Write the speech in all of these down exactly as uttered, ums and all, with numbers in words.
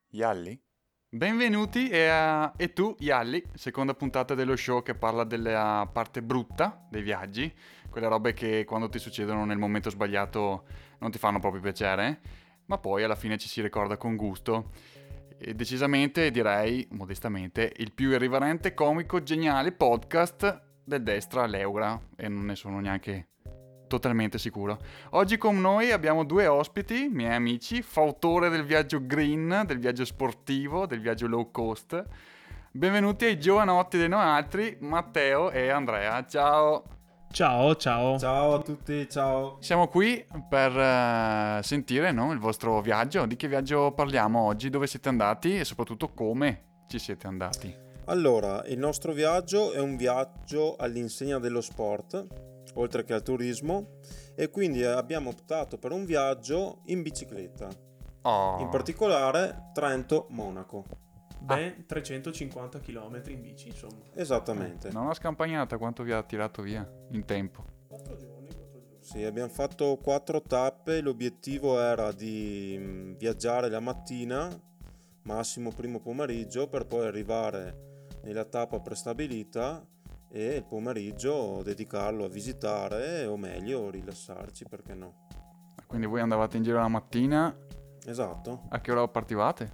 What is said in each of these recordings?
Yalli? Benvenuti e, a- e tu, Yalli, seconda puntata dello show che parla della parte brutta dei viaggi, quelle robe che quando ti succedono nel momento sbagliato non ti fanno proprio piacere, ma poi alla fine ci si ricorda con gusto. E decisamente, direi, modestamente, il più irriverente, comico, geniale podcast del destra all'Eura, e non ne sono neanche totalmente sicuro. Oggi con noi abbiamo due ospiti, miei amici, fautore del viaggio green, del viaggio sportivo, del viaggio low cost. Benvenuti ai giovanotti dei noi altri, Matteo e Andrea. Ciao! Ciao, ciao. Ciao a tutti, ciao. Siamo qui per eh, sentire, no, il vostro viaggio. Di che viaggio parliamo oggi? Dove siete andati e soprattutto come ci siete andati? Allora, il nostro viaggio è un viaggio all'insegna dello sport, oltre che al turismo, e quindi abbiamo optato per un viaggio in bicicletta, Oh, in particolare Trento-Monaco. Ben trecentocinquanta chilometri in bici, insomma. Esattamente. non ho scampagnata quanto vi ha tirato via in tempo. Quattro giorni, quattro giorni. Sì, abbiamo fatto quattro tappe, l'obiettivo era di mm, viaggiare la mattina, massimo primo pomeriggio, per poi arrivare nella tappa prestabilita e il pomeriggio dedicarlo a visitare o meglio rilassarci, perché no? Quindi voi andavate in giro la mattina, Esatto. a che ora partivate?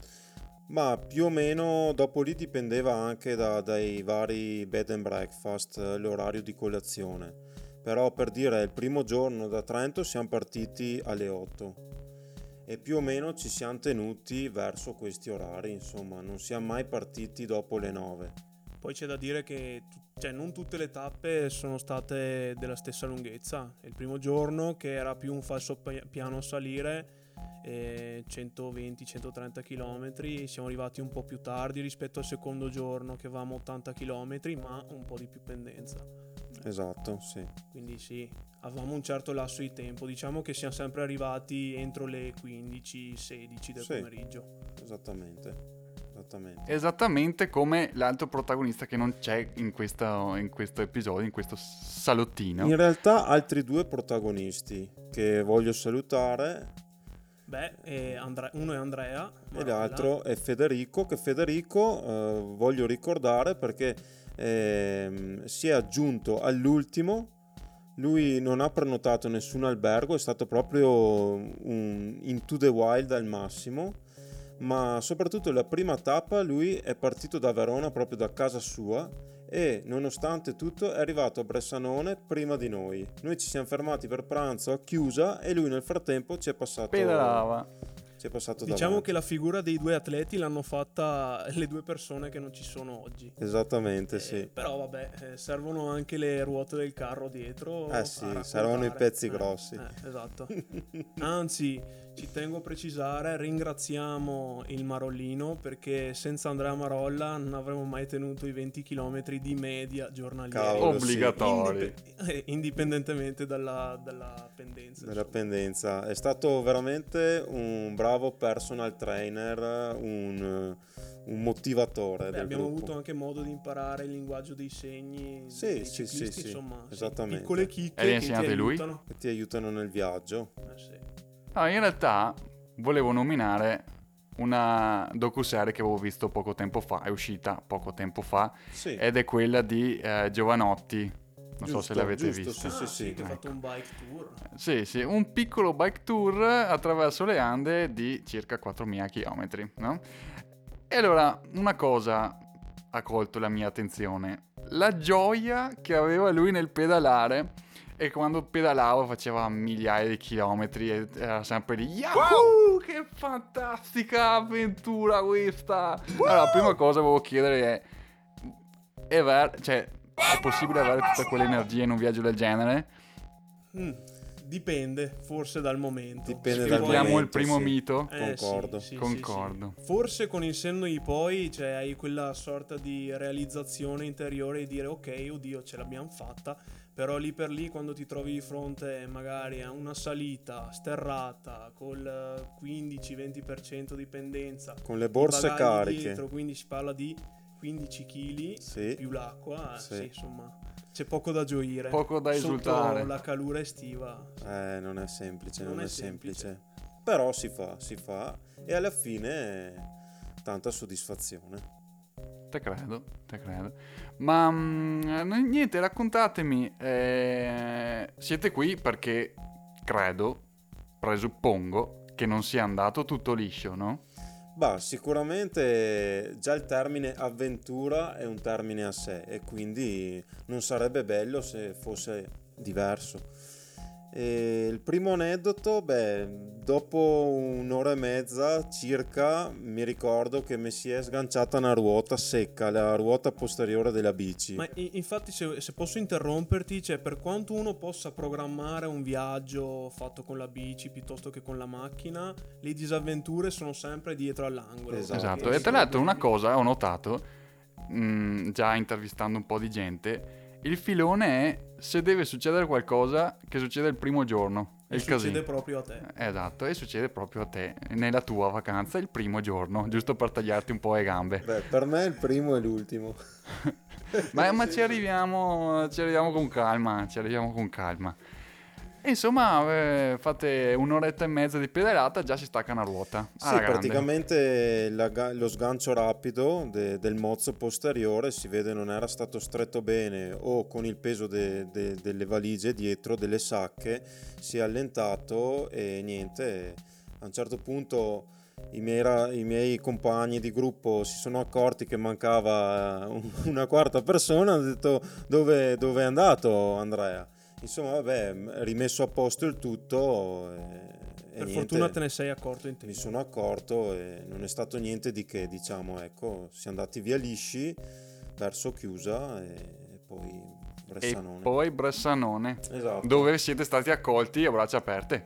Ma più o meno dopo lì dipendeva anche da- dai vari bed and breakfast, eh, l'orario di colazione. Però per dire il primo giorno da Trento siamo partiti alle otto e più o meno ci siamo tenuti verso questi orari, insomma, non siamo mai partiti dopo le nove. Poi c'è da dire che tu- cioè, non tutte le tappe sono state della stessa lunghezza. Il primo giorno, che era più un falso pi- piano a salire, eh, centoventi centotrenta km, siamo arrivati un po' più tardi rispetto al secondo giorno che avevamo ottanta chilometri, ma un po' di più pendenza. Esatto, sì. Quindi sì, avevamo un certo lasso di tempo. Diciamo che siamo sempre arrivati entro le quindici sedici del Sì. pomeriggio. Esattamente. Esattamente. Esattamente come l'altro protagonista che non c'è in, questa, in questo episodio, in questo salottino. In realtà altri due protagonisti che voglio salutare. Beh, e Andre- uno è Andrea E Marolla. l'altro è Federico, che Federico eh, voglio ricordare perché ehm, si è aggiunto all'ultimo. Lui non ha prenotato nessun albergo, è stato proprio un into the wild al massimo, ma soprattutto la prima tappa lui è partito da Verona, proprio da casa sua, e nonostante tutto è arrivato a Bressanone prima di noi. Noi ci siamo fermati per pranzo a Chiusa e lui nel frattempo ci è passato Pedalava. ci è passato Diciamo davanti. che la figura dei due atleti l'hanno fatta le due persone che non ci sono oggi. Esattamente, Eh, sì. Però vabbè, eh, servono anche le ruote del carro dietro. Eh a sì, raccontare. saranno i pezzi Eh, grossi. eh, esatto. Anzi, ci tengo a precisare, ringraziamo il Marollino perché senza Andrea Marolla non avremmo mai tenuto i venti chilometri di media giornalieri. Cavolo, sì. Obbligatori. Indip- eh, indipendentemente dalla, dalla pendenza. Della insomma. pendenza. È stato veramente un bravo personal trainer, un, un motivatore Beh, del abbiamo gruppo. avuto anche modo di imparare il linguaggio dei segni Sì, dei sì, ciclisti, sì, sì, insomma, sì, esattamente. piccole chicche E le ha che ti insegnate lui? aiutano. Che ti aiutano nel viaggio. Eh, sì. No, in realtà volevo nominare una docuserie che avevo visto poco tempo fa, è uscita poco tempo fa, Sì, ed è quella di eh, Giovanotti. Non so se Giusto, l'avete giusto, vista. sì, Ah, sì, sì. che ha fatto Ecco. un bike tour. Sì, sì, un piccolo bike tour attraverso le Ande di circa quattromila chilometri, no? E allora, una cosa ha colto la mia attenzione. La gioia che aveva lui nel pedalare, e quando pedalava faceva migliaia di chilometri e era sempre lì, Yahoo! Che fantastica avventura questa! Allora, la prima cosa che volevo chiedere è, è, ver- cioè, è possibile avere tutta quell'energia in un viaggio del genere? Mm, dipende, forse dal momento. Dipende Perché dal poi- Sfruttiamo il momento, primo sì. mito? Eh, sì, Concordo. sì, sì, Concordo. sì. Forse con il senno di poi, cioè, hai quella sorta di realizzazione interiore di dire ok, oddio, ce l'abbiamo fatta. Però lì per lì, quando ti trovi di fronte magari a una salita sterrata col quindici venti per cento di pendenza, Con le i borse bagagli cariche. dietro, quindi si parla di quindici chili Sì. più l'acqua, Sì. sì, insomma, c'è poco da gioire. Poco da Sotto esultare. la calura estiva. Eh, non è semplice, non, Non è è semplice. semplice. Però si fa, si fa e alla fine tanta soddisfazione. Te credo, te credo. Ma mh, niente, raccontatemi, eh, siete qui perché credo, presuppongo, che non sia andato tutto liscio, no? Bah, sicuramente già il termine avventura è un termine a sé e quindi non sarebbe bello se fosse diverso. E il primo aneddoto, beh, dopo un'ora e mezza circa mi ricordo che mi si è sganciata una ruota secca, la ruota posteriore della bici. Ma i- infatti se, se posso interromperti, cioè per quanto uno possa programmare un viaggio fatto con la bici piuttosto che con la macchina, le disavventure sono sempre dietro all'angolo. Esatto. Esatto, Perché e tra l'altro una problemi- cosa ho notato, mh, già intervistando un po' di gente, il filone è se deve succedere qualcosa che succede il primo giorno. È e il succede casino. proprio a te. Esatto, e succede proprio a te, nella tua vacanza, il primo giorno, giusto per tagliarti un po' le gambe. Beh, per me il primo e l'ultimo. ma, ma ci arriviamo, ci arriviamo con calma, ci arriviamo con calma. E insomma, eh, fate un'oretta e mezza di pedalata, già si stacca una ruota. Sì, Alla grande. praticamente la ga- lo sgancio rapido de- del mozzo posteriore si vede non era stato stretto bene o con il peso de- de- delle valigie dietro, delle sacche, si è allentato e niente, a un certo punto i miei, ra- i miei compagni di gruppo si sono accorti che mancava un- una quarta persona, hanno detto dove, dove è andato Andrea? Insomma, vabbè, rimesso a posto il tutto e, e Per niente, fortuna te ne sei accorto in mi tempo. sono accorto e non è stato niente di che, diciamo, ecco, siamo andati via lisci verso Chiusa e, e poi E Bressanone. poi Bressanone, Esatto. dove siete stati accolti a braccia aperte.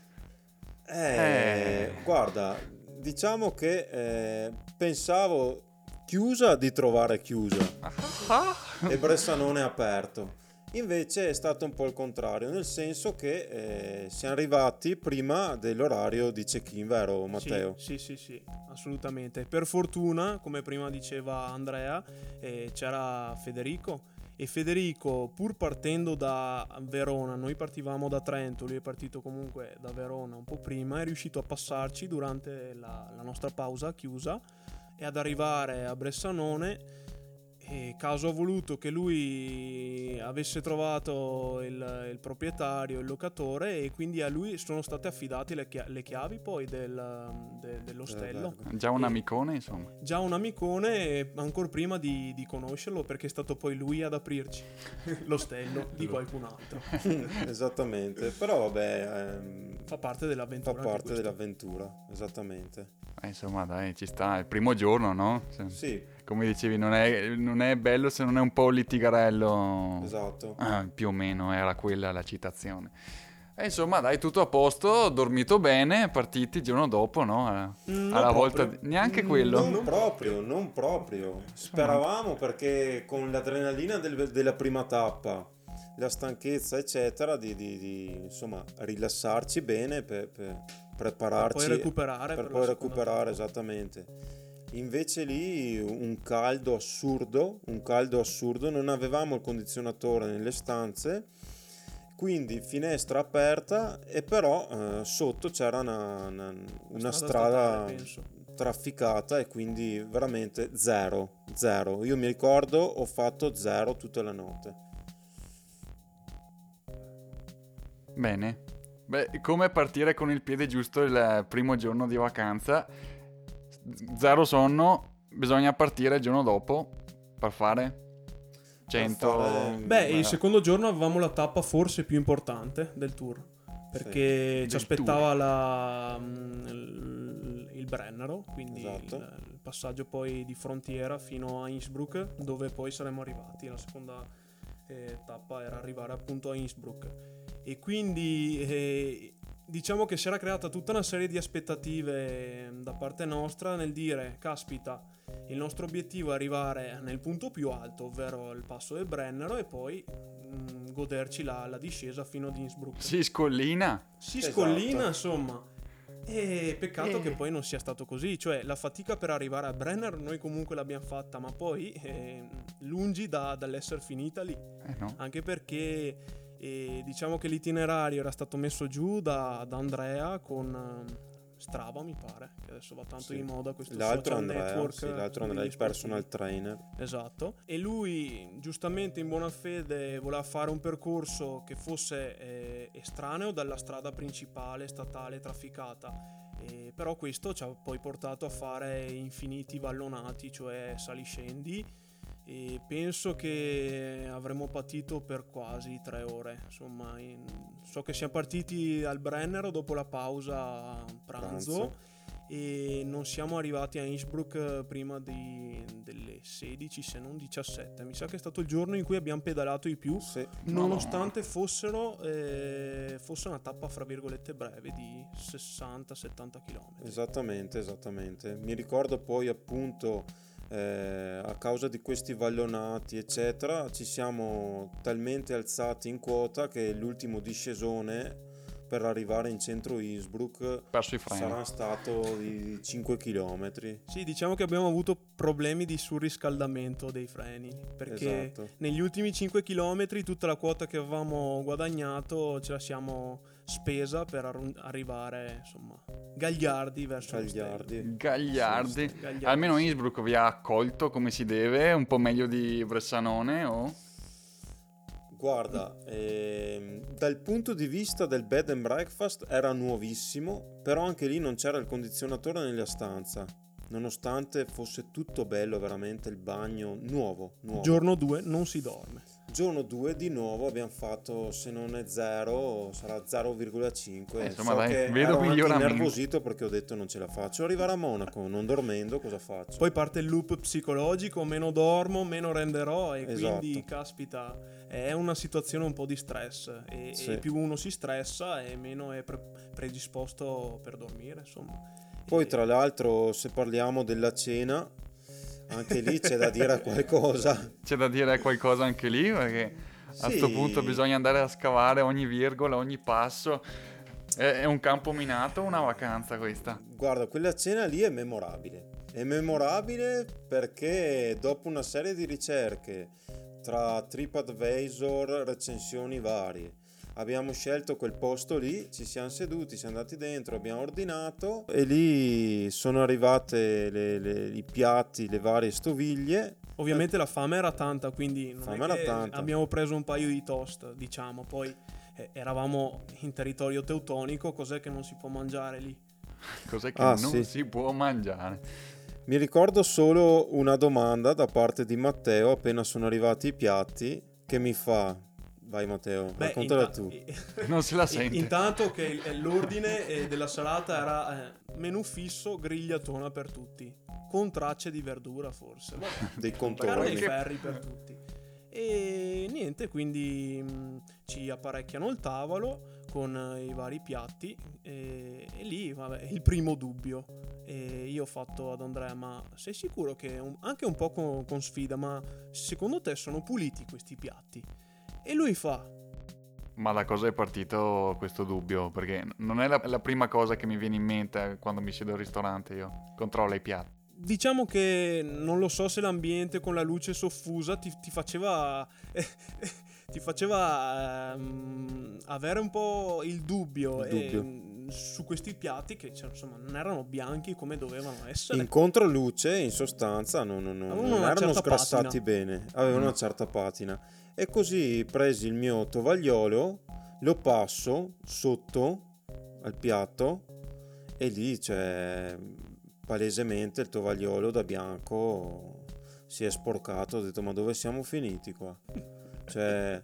Eh, Eh. guarda, diciamo che eh, pensavo Chiusa di trovare Chiusa e Bressanone aperto. Invece è stato un po' il contrario, nel senso che eh, siamo arrivati prima dell'orario di check-in, vero Matteo? Sì, sì, sì, sì, assolutamente. Per fortuna, come prima diceva Andrea, eh, c'era Federico e Federico, pur partendo da Verona, noi partivamo da Trento, lui è partito comunque da Verona un po' prima, è riuscito a passarci durante la, la nostra pausa chiusa e ad arrivare a Bressanone. E caso ha voluto che lui avesse trovato il, il proprietario, il locatore, e quindi a lui sono state affidate le, chia- le chiavi poi del, de- dell'ostello. Dell'albergo. Già un E- amicone, insomma. Già un amicone, ancora prima di, di conoscerlo, perché è stato poi lui ad aprirci l'ostello di qualcun altro. Esattamente, però vabbè, ehm, Fa parte fa dell'avventura. anche parte questo. dell'avventura, esattamente. Eh, insomma, dai, ci sta. È il primo giorno, no? Se- Sì, Come dicevi, non è, non è bello se non è un po' un litigarello. esatto. Ah, più o meno era quella la citazione. E insomma, dai, tutto a posto, dormito bene, partiti il giorno dopo, no? Alla, Mm, alla non volta. proprio. di- Neanche Mm, quello. Non Non proprio, non proprio. Speravamo perché con l'adrenalina del- della prima tappa, la stanchezza, eccetera, di, di- di, insomma rilassarci bene per, per prepararci Poi recuperare per per poi la seconda recuperare, tappa. esattamente. Invece lì un caldo assurdo, un caldo assurdo, non avevamo il condizionatore nelle stanze, quindi finestra aperta e però eh, sotto c'era una, una- una strada strada statale, penso. trafficata e quindi veramente zero, zero. Io mi ricordo ho fatto zero tutta la notte. Bene. Beh, come partire con il piede giusto il primo giorno di vacanza? Zero sonno, bisogna partire il giorno dopo per fare cento. fare- Beh, il eh, secondo giorno avevamo la tappa forse più importante del tour, perché Del ci aspettava la, mm, il, il Brennero, quindi Esatto. il, il passaggio poi di frontiera fino a Innsbruck, dove poi saremmo arrivati. La seconda eh, tappa era arrivare appunto a Innsbruck. E quindi eh, diciamo che si era creata tutta una serie di aspettative da parte nostra nel dire, caspita, il nostro obiettivo è arrivare nel punto più alto, ovvero il passo del Brennero, e poi mh, goderci la, la discesa fino ad Innsbruck. Si scollina. Si Esatto. scollina, insomma. E peccato Eh. che poi non sia stato così, cioè la fatica per arrivare a Brenner noi comunque l'abbiamo fatta, ma poi eh, lungi da- dall'essere finita lì, Eh no. anche perché eh, diciamo che l'itinerario era stato messo giù da, da Andrea con eh, Strava, mi pare, che adesso va tanto Sì. di moda questo L'altro social Andrea, network. sì, l'altro Andrea, degli il personal sportivi. trainer. Esatto, e lui giustamente in buona fede voleva fare un percorso che fosse eh, estraneo dalla strada principale statale trafficata, eh, però questo ci ha poi portato a fare infiniti vallonati, cioè saliscendi, e penso che avremmo patito per quasi tre ore. Insomma, in- so che siamo partiti al Brennero dopo la pausa pranzo, Pranzo. e non siamo arrivati a Innsbruck eh, prima di, delle sedici, se non diciassette. Mi sa che è stato il giorno in cui abbiamo pedalato di più, Sì. nonostante fossero eh, fosse una tappa fra virgolette breve di sessanta settanta km. Esattamente, esattamente. Mi ricordo poi appunto eh, a causa di questi vallonati eccetera ci siamo talmente alzati in quota che l'ultimo discesone per arrivare in centro Innsbruck Perso i freni. sarà stato di cinque chilometri. Sì, diciamo che abbiamo avuto problemi di surriscaldamento dei freni, perché Esatto. negli ultimi cinque chilometri tutta la quota che avevamo guadagnato ce la siamo spesa per arru- arrivare, insomma, gagliardi verso Gagliardi. Gagliardi. Sì, Gagliardi. Almeno Innsbruck vi ha accolto come si deve, un po' meglio di Bressanone o... Guarda, ehm, dal punto di vista del bed and breakfast era nuovissimo, però anche lì non c'era il condizionatore nella stanza, nonostante fosse tutto bello, veramente il bagno nuovo, nuovo. Giorno due non si dorme. Giorno due di nuovo abbiamo fatto, se non è zero, sarà zero virgola cinque. Eh, insomma, so dai, che vedo ero anche miglioramento. innervosito perché ho detto non ce la faccio. Arrivare a Monaco non dormendo, cosa faccio? Poi parte il loop psicologico, meno dormo, meno renderò, e Esatto. quindi, caspita, è una situazione un po' di stress, e, Sì. e più uno si stressa e meno è pre- predisposto per dormire, insomma. Poi E- tra l'altro se parliamo della cena, anche lì c'è da dire qualcosa. C'è da dire qualcosa anche lì, perché a Sì. sto punto bisogna andare a scavare ogni virgola, ogni passo. È, è un campo minato o una vacanza questa? Guarda, quella cena lì è memorabile. È memorabile perché dopo una serie di ricerche tra TripAdvisor, recensioni varie, abbiamo scelto quel posto lì, ci siamo seduti, siamo andati dentro, abbiamo ordinato e lì sono arrivate le- le- i piatti, le varie stoviglie. Ovviamente la fame era tanta, quindi non Fame è era che tanta. abbiamo preso un paio di toast, diciamo. Poi eh, eravamo in territorio teutonico, cos'è che non si può mangiare lì? Cos'è che Ah, non sì. si può mangiare? Mi ricordo solo una domanda da parte di Matteo appena sono arrivati i piatti che mi fa: vai Matteo, Beh, raccontala inta- tu. Non se la sente. Intanto che il- l'ordine eh, della salata era eh, menù fisso, grigliatona per tutti, con tracce di verdura forse. Vabbè. Dei Carne contorni. e ferri per tutti. E niente, quindi mh, ci apparecchiano il tavolo con eh, i vari piatti, e, e lì, vabbè, il primo dubbio. E io ho fatto ad Andrea: ma sei sicuro che, un- anche un po' con, con sfida, ma secondo te sono puliti questi piatti? E lui fa: Ma da cosa è partito questo dubbio? Perché non è la, la prima cosa che mi viene in mente quando mi siedo al ristorante, io controllo i piatti. diciamo che non lo so se l'ambiente con la luce soffusa ti, ti faceva ti faceva ehm, avere un po' il dubbio, Il dubbio. e, su questi piatti che, cioè, insomma, non erano bianchi come dovevano essere. In controluce, in sostanza, non, non- non Avevano una erano certa sgrassati patina. bene, avevano una certa patina. E così presi il mio tovagliolo, lo passo sotto al piatto e lì c'è palesemente il tovagliolo da bianco si è sporcato. Ho detto: ma dove siamo finiti qua? Cioè,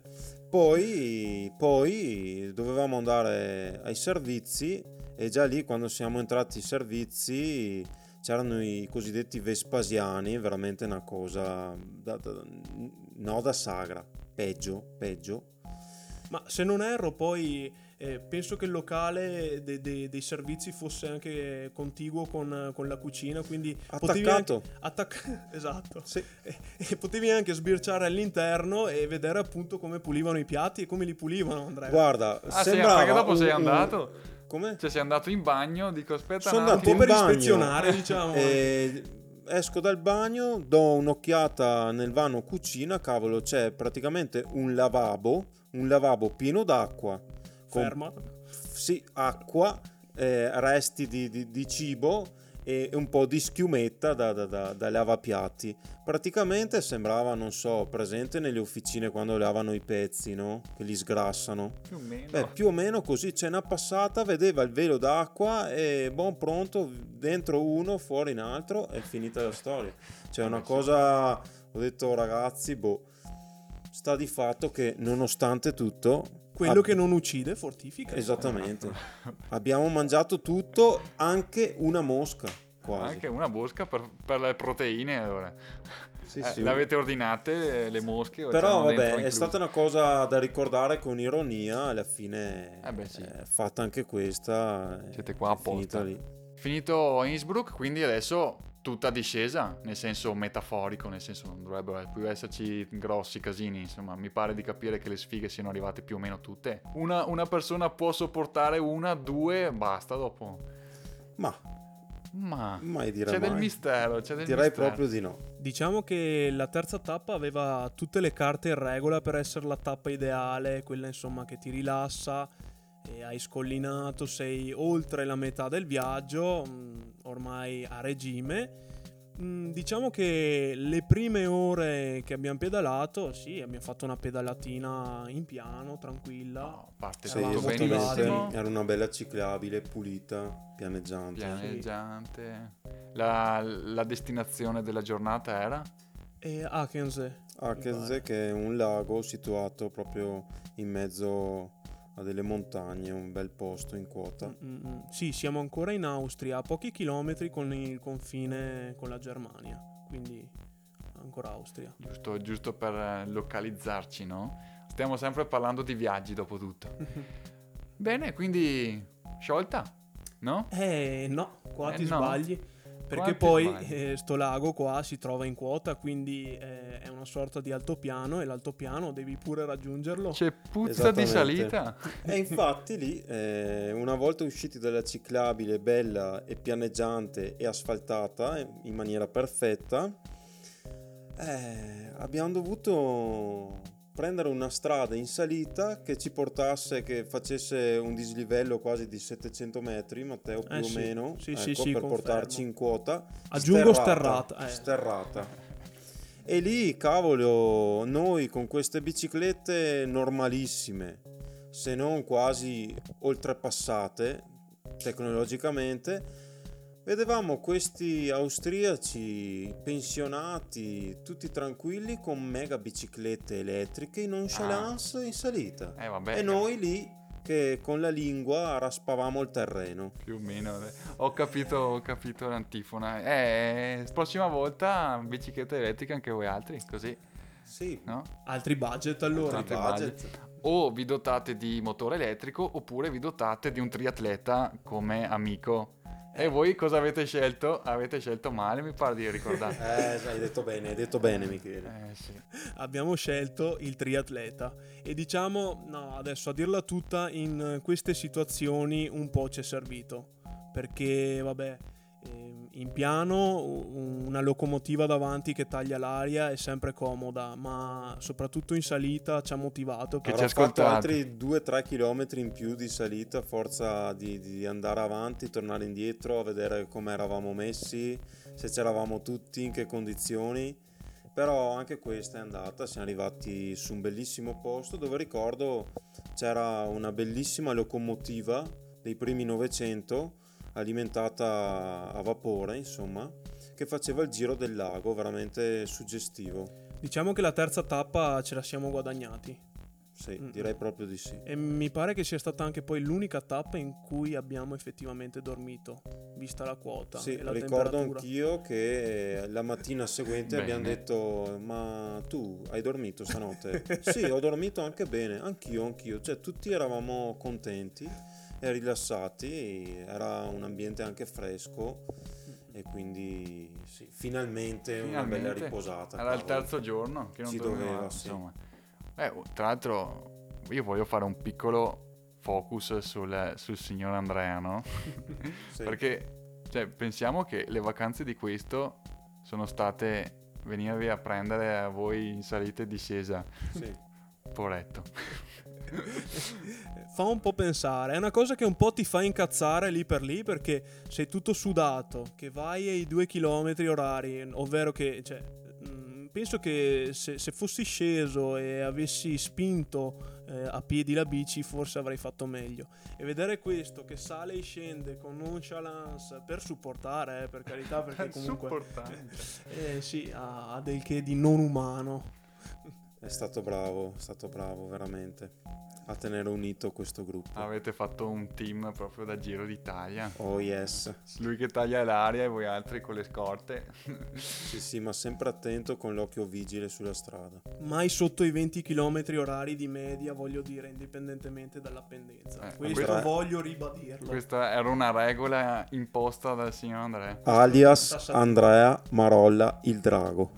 poi, poi dovevamo andare ai servizi e già lì quando siamo entrati ai servizi c'erano i cosiddetti Vespasiani, veramente una cosa da, da- no da sagra, peggio, peggio. Ma se non erro, poi eh, penso che il locale de- de- dei servizi fosse anche contiguo con, con la cucina, quindi potevi Attaccato. anche attac- esatto. Sì. E, e potevi anche sbirciare all'interno e vedere appunto come pulivano i piatti e come li pulivano, Andrea. Guarda, Ah sì, sembrava perché dopo un- sei un- andato? Come? Cioè sei andato in bagno, dico aspetta Sono un andato un po' attimo. in per bagno, ispezionare, diciamo. e esco dal bagno, do un'occhiata nel vano cucina, cavolo, c'è praticamente un lavabo, un lavabo pieno d'acqua, con- Ferma. sì, acqua, eh, resti di, di, di cibo e un po' di schiumetta da, da, da, da lavapiatti. Praticamente sembrava, non so, presente nelle officine quando lavano i pezzi, no? Che li sgrassano. Più o meno. Beh, più o meno così, c'è una passata, vedeva il velo d'acqua e buon pronto, dentro uno, fuori un altro, è finita la storia. C'è una cosa, ho detto ragazzi, boh, sta di fatto che nonostante tutto... Quello ab- che non uccide fortifica. Esattamente. Abbiamo mangiato tutto, anche una mosca, quasi. Anche una mosca per, per le proteine, allora. Sì, Eh, sì. l'avete ordinate eh, le mosche? o Però c'erano dentro vabbè, è incluse? stata una cosa da ricordare con ironia, alla fine Eh beh, sì. è fatta anche questa. è- Siete qua è apposta. finita lì. Finito Innsbruck, quindi adesso tutta discesa, nel senso metaforico, nel senso non dovrebbero più esserci grossi casini, insomma, mi pare di capire che le sfighe siano arrivate più o meno tutte. Una, una persona può sopportare una, due, basta dopo. Ma Ma mai direi c'è del mai. mistero, c'è del Direi mistero. proprio di no. Diciamo che la terza tappa aveva tutte le carte in regola per essere la tappa ideale, quella insomma che ti rilassa, e hai scollinato, sei oltre la metà del viaggio, mh, ormai a regime. Mh, Diciamo che le prime ore che abbiamo pedalato, sì, abbiamo fatto una pedalatina in piano, tranquilla. No, parte Sì, Eravamo tutto esattamente. benissimo. Era una bella ciclabile, pulita, pianeggiante. Pianeggiante. La, la destinazione della giornata era? E Akense. Akense, che è un lago situato proprio in mezzo a delle montagne, un bel posto in quota. Mm-mm. Sì, siamo ancora in Austria, a pochi chilometri con il confine con la Germania, quindi ancora Austria. Giusto, giusto per eh, localizzarci, no? Stiamo sempre parlando di viaggi, dopo tutto. Bene, quindi sciolta, no? Eh no, qua Eh, ti no. sbagli, Qua perché ti poi sbagli. eh, sto lago qua si trova in quota, quindi eh, è una sorta di altopiano e l'altopiano devi pure raggiungerlo. C'è puzza di Esattamente. salita. E infatti lì, eh, una volta usciti dalla ciclabile bella e pianeggiante e asfaltata eh, in maniera perfetta, eh, abbiamo dovuto prendere una strada in salita che ci portasse, che facesse un dislivello quasi di settecento metri, Matteo, più Eh o sì, meno, sì, ecco, sì, sì, per confermo. portarci in quota. Aggiungo sterrata, eh. sterrata. E lì, cavolo, noi con queste biciclette normalissime, se non quasi oltrepassate tecnologicamente, vedevamo questi austriaci pensionati, tutti tranquilli, con mega biciclette elettriche in nonchalance in salita. Eh vabbè, E noi lì che con la lingua raspavamo il terreno. più o meno. eh. Ho capito, ho capito l'antifona. Eh, prossima volta bicicletta elettrica anche voi altri, così, Sì, no? Altri budget allora. Altri budget. O vi dotate di motore elettrico oppure vi dotate di un triatleta come amico. E voi cosa avete scelto? Avete scelto male, mi pare di ricordare. Eh, hai detto bene, hai detto bene, Michele. Eh sì. Abbiamo scelto il triatleta e diciamo, no, adesso a dirla tutta, in queste situazioni un po' ci è servito, perché vabbè, ehm, in piano u- una locomotiva davanti che taglia l'aria è sempre comoda, ma soprattutto in salita ci ha motivato. Che perché- ci Avrà fatto ascoltate. altri due tre chilometri in più di salita a forza di, di andare avanti, tornare indietro, a vedere come eravamo messi, se c'eravamo tutti, in che condizioni. Però anche questa è andata, siamo arrivati su un bellissimo posto dove ricordo c'era una bellissima locomotiva dei primi novecento alimentata a vapore, insomma, che faceva il giro del lago, veramente suggestivo. Diciamo che la terza tappa ce la siamo guadagnati Sì, Mm. direi proprio di sì. e mi pare che sia stata anche poi l'unica tappa in cui abbiamo effettivamente dormito, vista la quota Sì, e la ricordo temperatura. anch'io che la mattina seguente Bene. abbiamo detto: ma tu hai dormito stanotte? Sì, ho dormito anche bene, anch'io, anch'io, cioè tutti eravamo contenti e rilassati, era un ambiente anche fresco e quindi sì, finalmente, una bella Finalmente. riposata. Era il cavolo. terzo giorno che non Ci dormivamo, doveva, sì. insomma. Eh, tra l'altro io voglio fare un piccolo focus sul, sul signor Andrea, no? Sì. Perché cioè, pensiamo che le vacanze di questo sono state venirvi a prendere a voi in salita e discesa. Sì. Poretto. Fa un po' pensare, è una cosa che un po' ti fa incazzare lì per lì, perché sei tutto sudato, che vai ai due chilometri orari, ovvero che, cioè, mh, penso che se, se fossi sceso e avessi spinto eh, a piedi la bici, forse avrei fatto meglio. E vedere questo che sale e scende con nonchalance, per supportare, eh, per carità, perché comunque Supportante. eh, sì, ha, ha del che di non umano. È stato bravo, è stato bravo veramente a tenere unito questo gruppo. Avete fatto un team proprio da Giro d'Italia. Oh yes. Lui che taglia l'aria e voi altri con le scorte. Sì, sì, ma sempre attento con l'occhio vigile sulla strada. Mai sotto i venti chilometri orari di media, voglio dire, indipendentemente dalla pendenza. Eh, Questo questa- voglio ribadirlo. Questa era una regola imposta dal signor Andrea. Alias Andrea Marolla il Drago.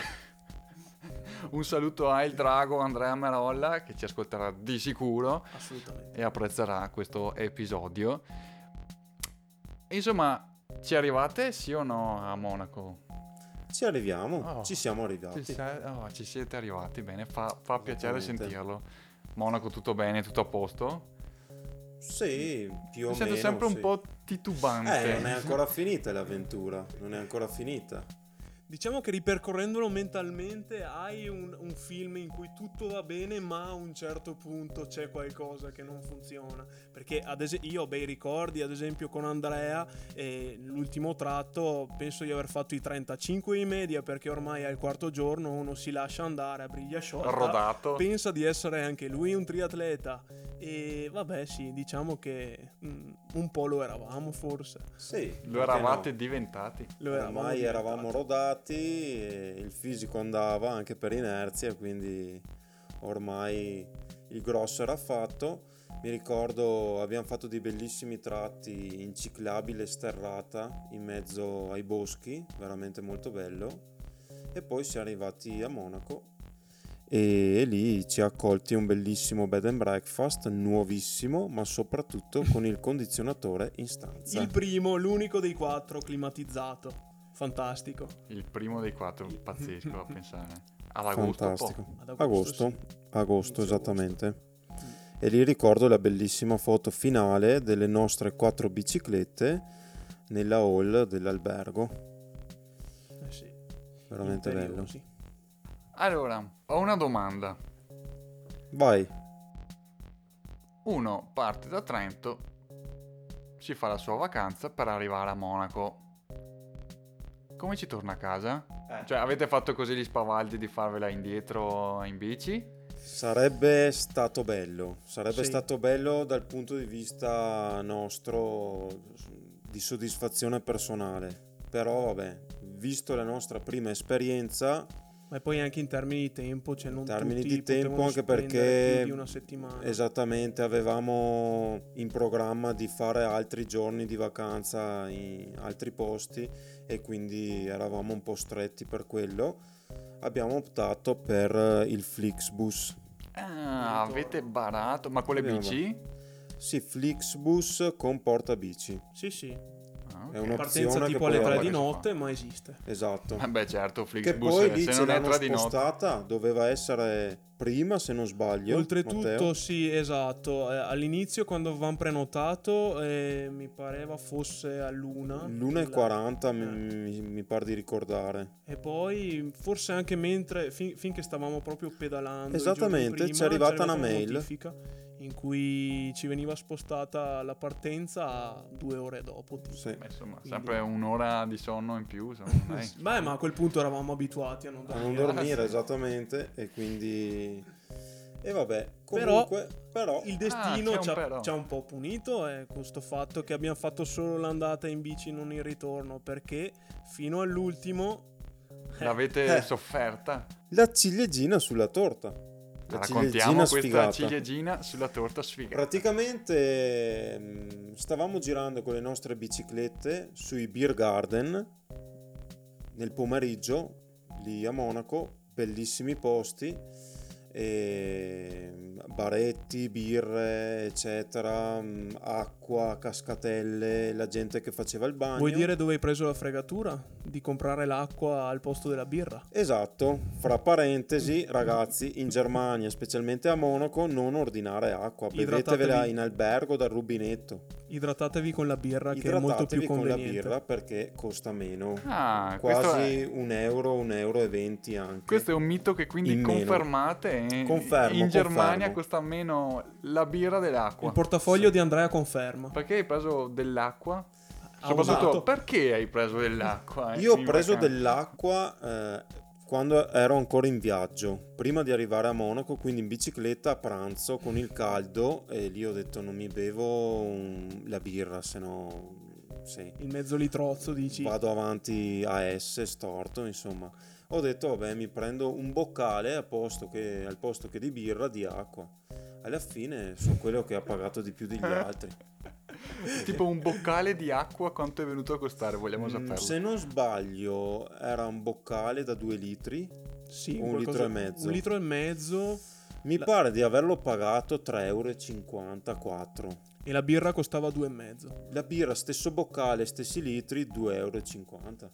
Un saluto a Il Drago Andrea Marolla, che ci ascolterà di sicuro Assolutamente. e apprezzerà questo episodio. Insomma, ci arrivate sì o no a Monaco? Ci arriviamo, Oh, ci siamo arrivati. Ci, sei- oh, ci siete arrivati, bene, fa, fa piacere Esattamente. sentirlo. Monaco tutto bene, tutto a posto? Sì, più o Mi sento meno. sempre un sì. po' titubante. Eh, non è ancora finita l'avventura, non è ancora finita. Diciamo che ripercorrendolo mentalmente hai un, un film in cui tutto va bene, ma a un certo punto c'è qualcosa che non funziona. Perché ad esempio io ho bei ricordi, ad esempio con Andrea, e l'ultimo tratto penso di aver fatto i trentacinque in media, perché ormai al quarto giorno uno si lascia andare a briglia sciolta. Rodato. Pensa di essere anche lui un triatleta. E vabbè, sì, diciamo che mm, un po' lo eravamo forse. Sì, Lo perché eravate no? diventati. Lo eravamo Ormai diventati. eravamo rodati, e il fisico andava anche per inerzia, quindi ormai il grosso era fatto. Mi ricordo abbiamo fatto dei bellissimi tratti in ciclabile sterrata in mezzo ai boschi, veramente molto bello. E poi siamo arrivati a Monaco e lì ci ha accolti un bellissimo bed and breakfast nuovissimo, ma soprattutto con il condizionatore in stanza. Il primo, l'unico dei quattro climatizzato. Fantastico. Il primo dei quattro, pazzesco a pensare. Ad agosto, Fantastico. Ad Agosto, agosto, agosto, sì. Inizio esattamente. E lì ricordo la bellissima foto finale delle nostre quattro biciclette nella hall dell'albergo. Eh sì. Veramente bello. Imperiosi. Allora, ho una domanda. Vai. Uno parte da Trento, si fa la sua vacanza per arrivare a Monaco. Come ci torna a casa? Eh. Cioè, avete fatto così gli spavaldi di farvela indietro in bici? Sarebbe stato bello, sarebbe Sì. stato bello dal punto di vista nostro di soddisfazione personale, però vabbè, visto la nostra prima esperienza, Ma poi anche in termini di tempo, cioè non in termini tutti di tempo, potevano anche spendere perché più di una settimana. esattamente avevamo in programma di fare altri giorni di vacanza in altri posti e quindi eravamo un po' stretti per quello. Abbiamo optato per il Flixbus. Ah, avete barato. Ma con le Abbiamo bici? Sì, Flixbus con portabici. Sì, sì. Ah, È ok. un'opzione Partenza che tipo alle poi tre vabbè, di che si notte, ma esiste. Esatto. Vabbè, certo, Che Flixbus, poi lì se ce non è l'hanno tre di notte. spostata, doveva essere prima se non sbaglio. Oltretutto, Matteo. sì, esatto. Eh, all'inizio, quando avevamo prenotato, eh, mi pareva fosse all'una. l'una e Il- quaranta eh. mi, mi- mi pare di ricordare. E poi, forse anche mentre, fin- finché stavamo proprio pedalando, i giorni Esattamente, prima, ci è arrivata una una mail. notifica in cui ci veniva spostata la partenza due ore dopo. tipo. Sì. Beh, insomma, Quindi- sempre un'ora di sonno in più. Insomma, dai. Beh, ma a quel punto eravamo abituati a non A dormire. non dormire, esattamente, e quindi... E vabbè, Però- comunque, però... Il Ah, destino c'è un ci, ha, però. ci ha un po' punito, eh, con sto fatto che abbiamo fatto solo l'andata in bici, non il ritorno, perché fino all'ultimo L'avete Eh. sofferta? La ciliegina sulla torta. La Raccontiamo ciliegina questa sfigata. ciliegina sulla torta sfigata. Praticamente mh, stavamo girando con le nostre biciclette sui beer garden nel pomeriggio lì a Monaco, bellissimi posti, e baretti, birre, eccetera, mh, acqua, cascatelle, la gente che faceva il bagno. vuoi dire dove hai preso la fregatura? di comprare l'acqua al posto della birra. Esatto, fra parentesi, ragazzi, in Germania, specialmente a Monaco, non ordinare acqua, bevetevela Idratatevi. in albergo dal rubinetto. Idratatevi con la birra, che è molto più Idratatevi con la conveniente. birra perché costa meno, Ah, questo quasi è, un euro, un euro e venti anche. questo è un mito che quindi In meno. confermate. e Confermo, In Germania confermo. costa meno la birra dell'acqua. Il portafoglio di Andrea conferma. Perché hai preso dell'acqua? Ha Soprattutto, usato. perché hai preso dell'acqua? eh, Io ho in preso vacanza? dell'acqua eh, quando ero ancora in viaggio, prima di arrivare a Monaco, quindi in bicicletta a pranzo con il caldo, e lì ho detto non mi bevo un- la birra, se no sì, Il mezzo litrozzo, dici? vado avanti a S storto, insomma. Ho detto vabbè, mi prendo un boccale a posto che, al posto che di birra, di acqua. Alla fine sono quello che ha pagato di più degli altri. Tipo un boccale di acqua, quanto è venuto a costare? Vogliamo Mm, saperlo. se non sbaglio era un boccale da due litri. Sì, un qualcosa- litro e mezzo. Un litro e mezzo. Mi La- pare di averlo pagato tre euro e cinquantaquattro. E la birra costava due e mezzo. La birra, stesso boccale, stessi litri, due euro e cinquanta.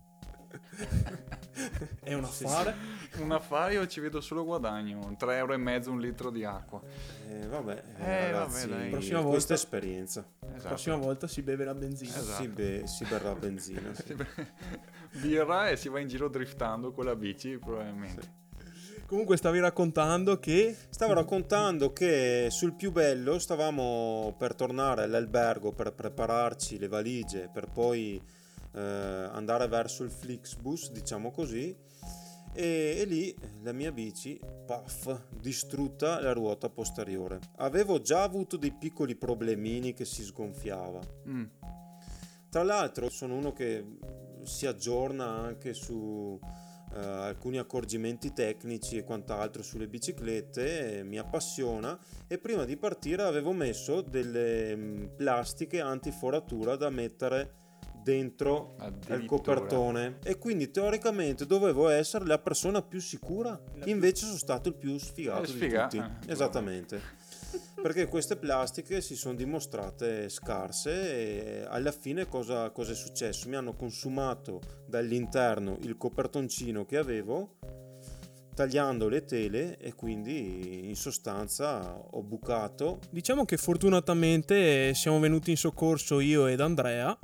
È un affare. Un affare io ci vedo solo guadagno, tre euro e mezzo un litro di acqua. Eh, vabbè, eh, Eh, ragazzi, vabbè, dai. Prossima questa volta- è esperienza. La Esatto. prossima volta si beve la benzina. Esatto. Si, be- si berrà benzina. sì. Birra e si va in giro driftando con la bici, probabilmente. Comunque stavi raccontando che Stavo raccontando che sul più bello stavamo per tornare all'albergo per prepararci le valigie per poi eh, andare verso il Flixbus, diciamo così, e, e lì la mia bici, paf, distrutta la ruota posteriore. Avevo già avuto dei piccoli problemini che si sgonfiava. Mm. Tra l'altro sono uno che si aggiorna anche su eh, alcuni accorgimenti tecnici e quant'altro sulle biciclette, eh, mi appassiona, e prima di partire avevo messo delle mh, plastiche antiforatura da mettere dentro al Addirittura. copertone, e quindi teoricamente dovevo essere la persona più sicura, più- invece sono stato il più sfigato Eh, di sfiga- tutti. eh, Esattamente. Perché queste plastiche si sono dimostrate scarse, e alla fine cosa, cosa è successo? Mi hanno consumato dall'interno il copertoncino che avevo, tagliando le tele, e quindi in sostanza ho bucato. diciamo che fortunatamente siamo venuti in soccorso io ed Andrea.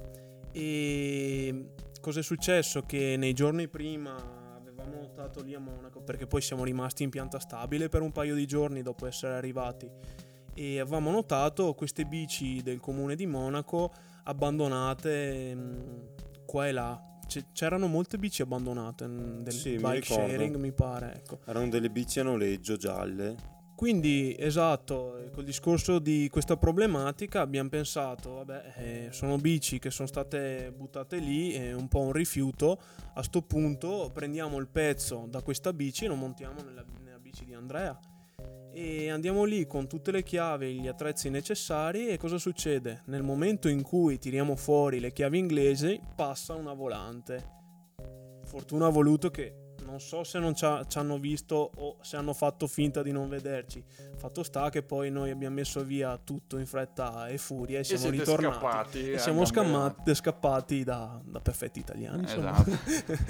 E cosa è successo? Che nei giorni prima avevamo notato lì a Monaco, perché poi siamo rimasti in pianta stabile per un paio di giorni dopo essere arrivati, e avevamo notato queste bici del comune di Monaco abbandonate mh, qua e là. C- c'erano molte bici abbandonate, mh, del Sì, mi bike ricordo. sharing mi pare, ecco. Erano delle bici a noleggio gialle. Quindi, esatto, eh, col discorso di questa problematica abbiamo pensato, vabbè, eh, sono bici che sono state buttate lì, è un po' un rifiuto, a sto punto prendiamo il pezzo da questa bici e lo montiamo nella, nella bici di Andrea. E andiamo lì con tutte le chiavi e gli attrezzi necessari, e cosa succede? Nel momento in cui tiriamo fuori le chiavi inglesi, passa una volante. Fortuna ha voluto che non so se non ci ha- ci hanno visto o se hanno fatto finta di non vederci. Fatto sta che poi noi abbiamo messo via tutto in fretta e furia e siamo siete ritornati. scappati, e eh, siamo gambe scammati- scappati da, da perfetti italiani. Insomma. Esatto.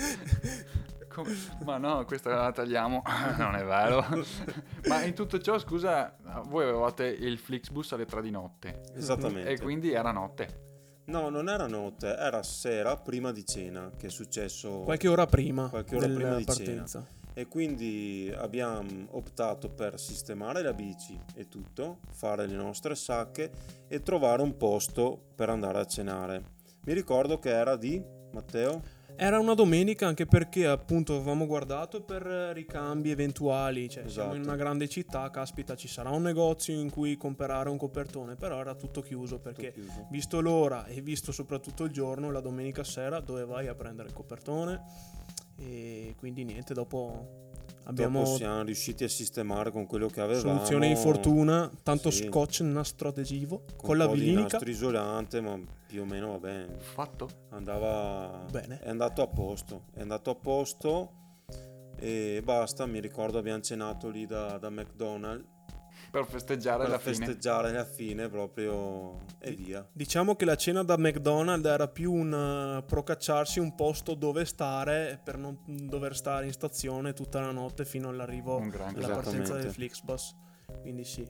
Com- Ma no, questa la tagliamo, non è vero. Ma in tutto ciò, scusa, voi avevate il Flixbus alle tre di notte Esattamente. e quindi era notte. No, non era notte, era sera prima di cena che è successo. Qualche ora prima Qualche ora della prima di partenza. E quindi abbiamo optato per sistemare la bici e tutto, fare le nostre sacche e trovare un posto per andare a cenare. Mi ricordo che era di Matteo? Era una domenica, anche perché appunto avevamo guardato per ricambi eventuali, cioè siamo in Esatto. una grande città, caspita, ci sarà un negozio in cui comprare un copertone, però era tutto chiuso perché Tutto chiuso. visto l'ora e visto soprattutto il giorno, la domenica sera dove vai a prendere il copertone? E quindi niente, dopo abbiamo Dopo siamo riusciti a sistemare con quello che avevamo. soluzione di fortuna, tanto Sì. scotch nastro adesivo con con la un po' di vilinica. nastro isolante, ma più o meno va bene. Fatto? Andava Bene. È andato a posto, è andato a posto e basta. Mi ricordo abbiamo cenato lì da, da McDonald's per festeggiare per la fine. festeggiare la fine proprio e via. Diciamo che la cena da McDonald's era più un uh, procacciarsi un posto dove stare per non dover stare in stazione tutta la notte fino all'arrivo Un grande- alla partenza Esattamente. del Flixbus. Quindi sì.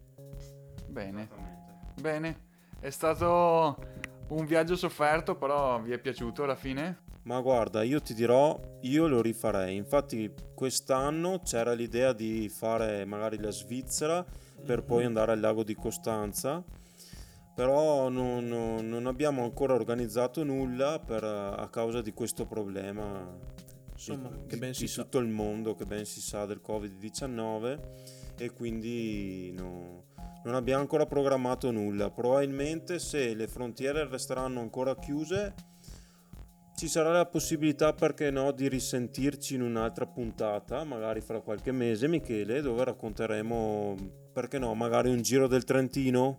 Bene, bene. È stato un viaggio sofferto, però vi è piaciuto alla fine? Ma guarda, io ti dirò, io lo rifarei. Infatti quest'anno c'era l'idea di fare magari la Svizzera per Mhm. poi andare al lago di Costanza, però non, non- non abbiamo ancora organizzato nulla per, a causa di questo problema Insomma, di, che ben di si sa. tutto il mondo, che ben si sa, del covid diciannove, e quindi no- non abbiamo ancora programmato nulla. Probabilmente se le frontiere resteranno ancora chiuse ci sarà la possibilità, perché no, di risentirci in un'altra puntata, magari fra qualche mese, Michele, dove racconteremo, perché no, magari un giro del Trentino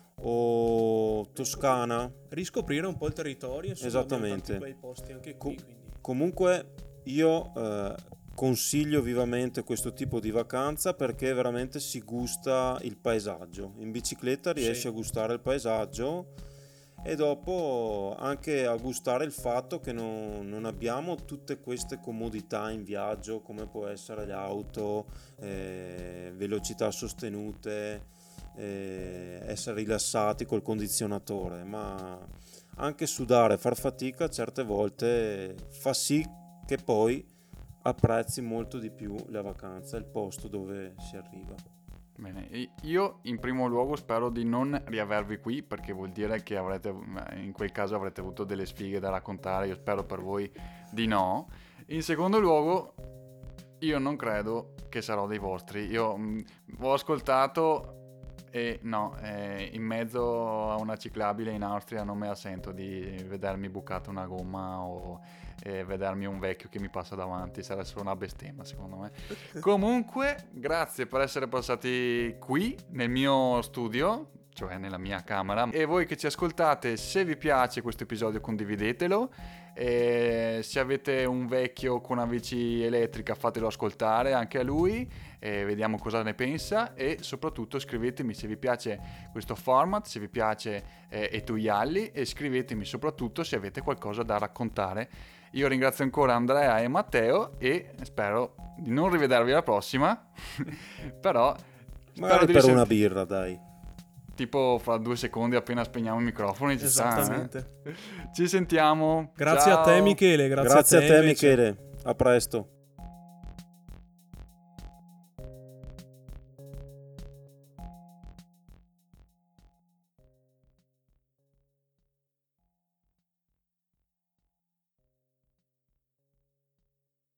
o Toscana. Riscoprire un po' il territorio, insomma, Esattamente. abbiamo tanti bei posti anche qui, Co- quindi. Comunque io eh, consiglio vivamente questo tipo di vacanza, perché veramente si gusta il paesaggio. In bicicletta riesci Sì. a gustare il paesaggio e dopo anche a gustare il fatto che non, non abbiamo tutte queste comodità in viaggio, come può essere l'auto, eh, velocità sostenute, eh, essere rilassati col condizionatore, ma anche sudare, far fatica certe volte fa sì che poi apprezzi molto di più la vacanza, il posto dove si arriva. Bene, i- io in primo luogo spero di non riavervi qui, perché vuol dire che avrete, in quel caso avrete avuto delle sfighe da raccontare. Io spero per voi di no. In secondo luogo, io non credo che sarò dei vostri. Io mh, ho ascoltato e no, eh, in mezzo a una ciclabile in Austria non me la sento di vedermi bucata una gomma o eh, vedermi un vecchio che mi passa davanti. Sarà solo una bestemmia, secondo me. Comunque, grazie per essere passati qui nel mio studio, cioè nella mia camera. E voi che ci ascoltate, se vi piace questo episodio condividetelo. E se avete un vecchio con una bici elettrica fatelo ascoltare anche a lui e vediamo cosa ne pensa. E soprattutto scrivetemi se vi piace questo format, se vi piace eh, E tu Ialli, e scrivetemi soprattutto se avete qualcosa da raccontare. Io ringrazio ancora Andrea e Matteo e spero di non rivedervi alla prossima. Però spero Magari di per risent- una birra, dai. tipo fra due secondi appena spegniamo i microfoni ci sta, eh? Esattamente. Ci sentiamo. Grazie a te Ciao. Michele, grazie, Grazie a te, invece. Michele. A presto.